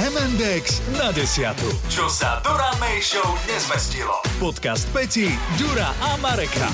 M&X na desiatu. Čo sa Dura May Show nezmestilo. Podcast Peti, Dura a Mareka.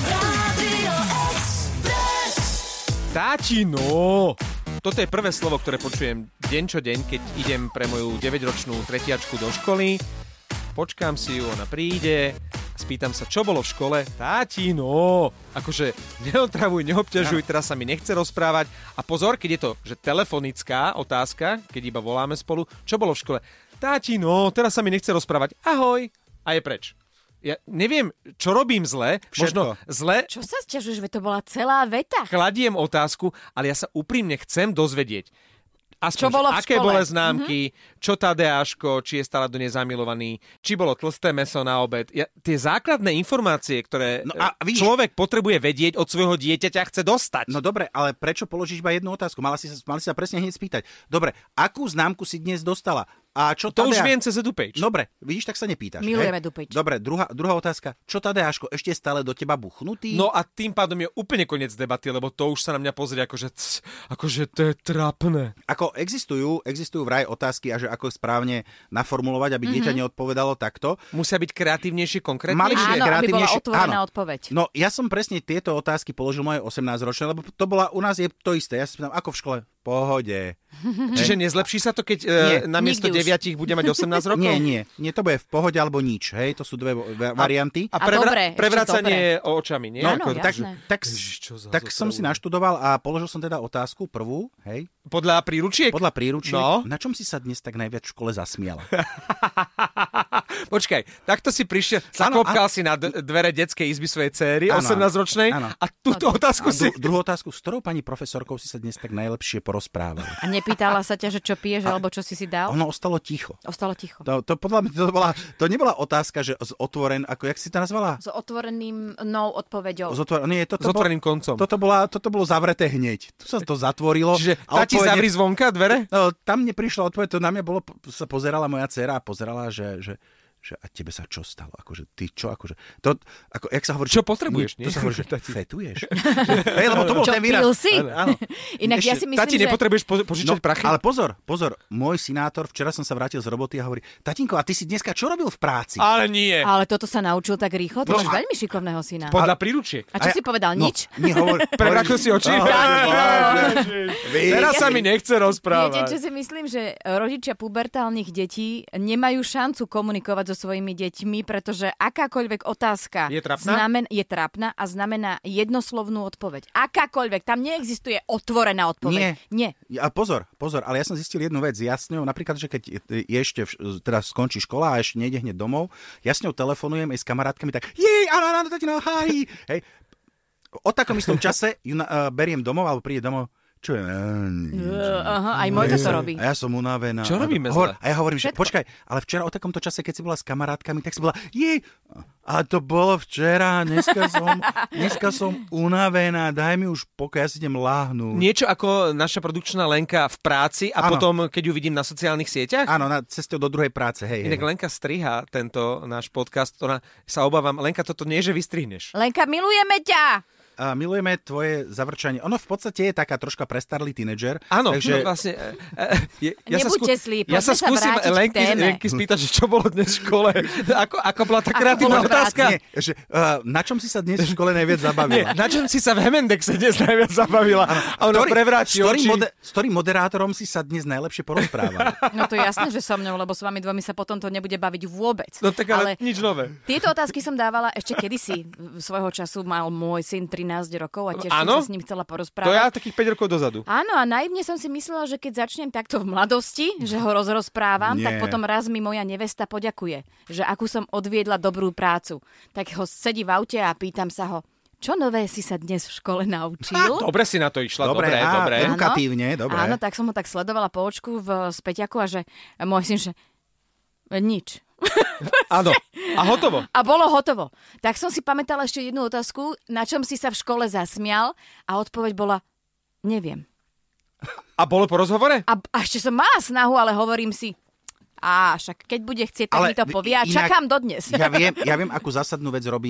Tátino! Toto je prvé slovo, ktoré počujem deň čo deň, keď idem pre moju 9-ročnú tretiačku do školy. Počkám si ju, ona príde, spýtam sa, čo bolo v škole. Tátino! Akože neotravuj, neobťažuj, teraz sa mi nechce rozprávať. A pozor, keď je to že telefonická otázka, keď iba voláme spolu, čo bolo v škole. Tátino, teraz sa mi nechce rozprávať. Ahoj! A je preč. Ja neviem, čo robím zle. Možno zle. Čo sa sťažuješ, že to bola celá veta? Kladiem otázku, ale ja sa úprimne chcem dozvedieť. Aspoň, čo bolo v aké škole? boli známky, čo Tadeáško, či je stále do nej zamilovaný, či bolo tlsté mäso na obed. Tie základné informácie, ktoré človek potrebuje vedieť od svojho dieťaťa, chce dostať. No dobre, ale prečo položíš iba jednu otázku? Mali si sa presne hneď spýtať. Dobre, akú známku si dnes dostala? A čo to už viem cez EduPage. Dobre, vidíš, tak sa nepýtaš. Milujeme EduPage. Dobre, druhá otázka. Čo Tadeáško, ešte je stále do teba buchnutý? No a tým pádom je úplne koniec debaty, lebo to už sa na mňa pozrie akože to je trápne. Ako existujú vraj otázky a že ako správne naformulovať, aby dieťa neodpovedalo takto. Musia byť kreatívnejšie, konkrétnejšie. Mali byť áno, aby bola otvorená áno. odpoveď. No ja som presne tieto otázky položil mojej 18-ročnej, lebo to bola, u nás je to isté. Ja sa pýtam, ako v škole? Pohode. Čiže nezlepší sa to, keď namiesto 9 bude mať 18 rokov? Nie, to bude v pohode alebo nič, hej, to sú dve varianty. A prevracanie očami, nie? Áno, tak som si naštudoval a položil som teda otázku prvú, hej. Podľa príručiek? Podľa príručiek. No. Na čom si sa dnes tak najviac v škole zasmiala? Počkaj, takto si prišiel, zaklopkal si na dvere detskej izby svojej céry, 18-ročnej, a túto otázku si... Druhú otázku, s ktorou pani profesorkou si sa dnes tak najlepšie porozprával? A nepýtala sa ťa, že čo piješ, alebo čo si dal? Ono ostalo ticho. To podľa mňa to nebola otázka, že ako jak si to nazvala? S otvoreným odpoveďou. S otvoreným koncom. Toto bolo zavreté hneď. Tu sa to zatvorilo. Čiže tati zavri zvonka dvere? No, tam neprišla odpoveď, to na mňa sa pozerala moja dcéra a pozerala, že a tebe sa čo stalo? Akože ty čo? Akože to, ako, jak sa hovorí... Čo potrebuješ? To sa hovorí, že fetuješ? Lebo to bol ten výraz. Čo, pil si? Áno. Inak ja si myslím, tati, nepotrebuješ požičať prachy? Ale pozor, môj synátor, včera som sa vrátil z roboty a hovorí, tatinko, a ty si dneska čo robil v práci? Ale nie. Ale toto sa naučil tak rýchlo? Ty máš veľmi šikovného syna. Podľa príručiek. A čo si povedal? Nič? Prevrátil si oči? Teraz sa mi nechce rozprávať. Viete, čo si myslím, že rodičia pubertálnych detí nemajú šancu komunikovať so svojimi deťmi, pretože akákoľvek otázka je trápna a znamená jednoslovnú odpoveď. Akákoľvek, tam neexistuje otvorená odpoveď. Nie. A pozor, ale ja som zistil jednu vec. Ja s ňou, napríklad, že keď ešte teraz skončí škola a ešte nejde hneď domov, ja s ňou telefonujem aj s kamarátkami, tak áno, tatino, hi. Hej. O takom istom čase ju beriem domov, alebo príde domov. Čo je? Aj môj to robí. A ja som unavená. Čo robíme zle? A ja hovorím, že počkaj, ale včera o takomto čase, keď si bola s kamarátkami, tak si bola, ale to bolo včera, dneska som unavená, daj mi už pokoj, ja si idem láhnuť. Niečo ako naša produkčná Lenka v práci a potom, keď ju vidím na sociálnych sieťach? Áno, na ceste do druhej práce, hej. Inak Lenka striha tento náš podcast, ktorá sa obávam, Lenka, toto nie, že vystrihneš. Lenka, milujeme ťa! A milujeme tvoje zavrčanie. Ono v podstate je taká troška prestarlý tínedžer. Áno, takže... vlastne... Nebuďte slí, ja sa skúsim Lenky spýtať, že čo bolo dnes v škole. Ako bola tá kreatívna otázka? Na čom si sa dnes v škole najviac zabavila? Na čom si sa v M&Xe dnes najviac zabavila? A ono prevráti oči. S ktorým moderátorom si sa dnes najlepšie porozprávala? No to je jasné, že so mnou, lebo s vami dvomi sa potom to nebude baviť vôbec. No tak ale nič nové. Tieto otázky som dávala ešte kedysi. Svojho času mal môj syn 13 rokov a tiež som sa s ním chcela porozprávať. To ja takých 5 rokov dozadu. Áno, a naivne som si myslela, že keď začnem takto v mladosti, že ho rozprávam, tak potom raz mi moja nevesta poďakuje, že akú som odviedla dobrú prácu. Tak ho sedí v aute a pýtam sa ho, čo nové si sa dnes v škole naučil? Dobre si na to išla, dobre. Edukatívne, dobre. Áno, tak som ho tak sledovala po očku v späťaku a že môj syn, že nič. Áno, a hotovo. A bolo hotovo. Tak som si pamätala ešte jednu otázku, na čom si sa v škole zasmial a odpoveď bola, neviem. A bolo po rozhovore? A ešte som mala snahu, ale hovorím si, však keď bude chcieť, tak mi to povie a čakám dodnes. Ja viem, akú zásadnú vec robíme.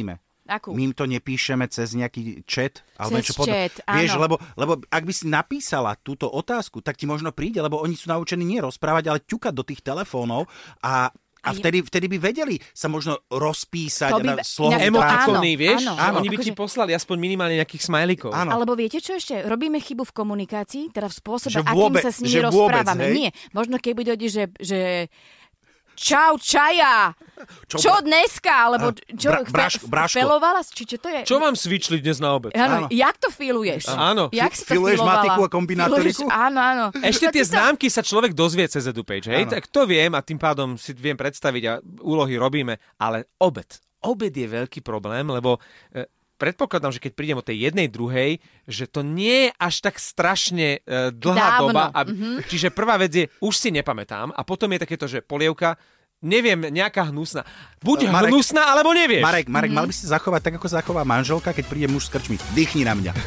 Akú? My im to nepíšeme cez nejaký chat? Alebo Cez chat, áno. Vieš, lebo ak by si napísala túto otázku, tak ti možno príde, lebo oni sú naučení nie rozprávať, ale ťukať do tých telefónov a vtedy by vedeli sa možno rozpísať na slovo. Emotikony, vieš? Áno, oni by ti poslali aspoň minimálne nejakých smajlikov. Alebo viete čo ešte? Robíme chybu v komunikácii, teda v spôsobe, akým sa s nimi rozprávame. Nie, možno keď bude že čau, čaja! Čo dneska? Alebo čo? Bráško. Felovala? Či čo to je? Čo vám svičli dnes na obed? Áno. Jak to filuješ? Áno. Jak si to filuješ filovala? matiku a kombinátoriku? Áno. Ešte tie známky sa človek dozvie cez EduPage, hej? Tak to viem a tým pádom si viem predstaviť a úlohy robíme, ale obed. Obed je veľký problém, lebo predpokladám, že keď prídem o tej 1:02, že to nie je až tak strašne dlhá doba. Čiže prvá vec je, už si nepamätám a potom je takéto, že polievka, neviem, nejaká hnusná. Buď hnusná, alebo nevieš. Marek, mal by si zachovať tak, ako zachová manželka, keď príde muž s krčmi. Dýchni na mňa.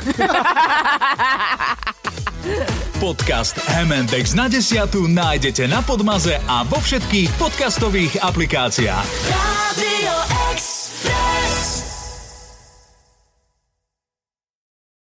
Podcast M&X na 10 nájdete na Podmaze a vo všetkých podcastových aplikáciách.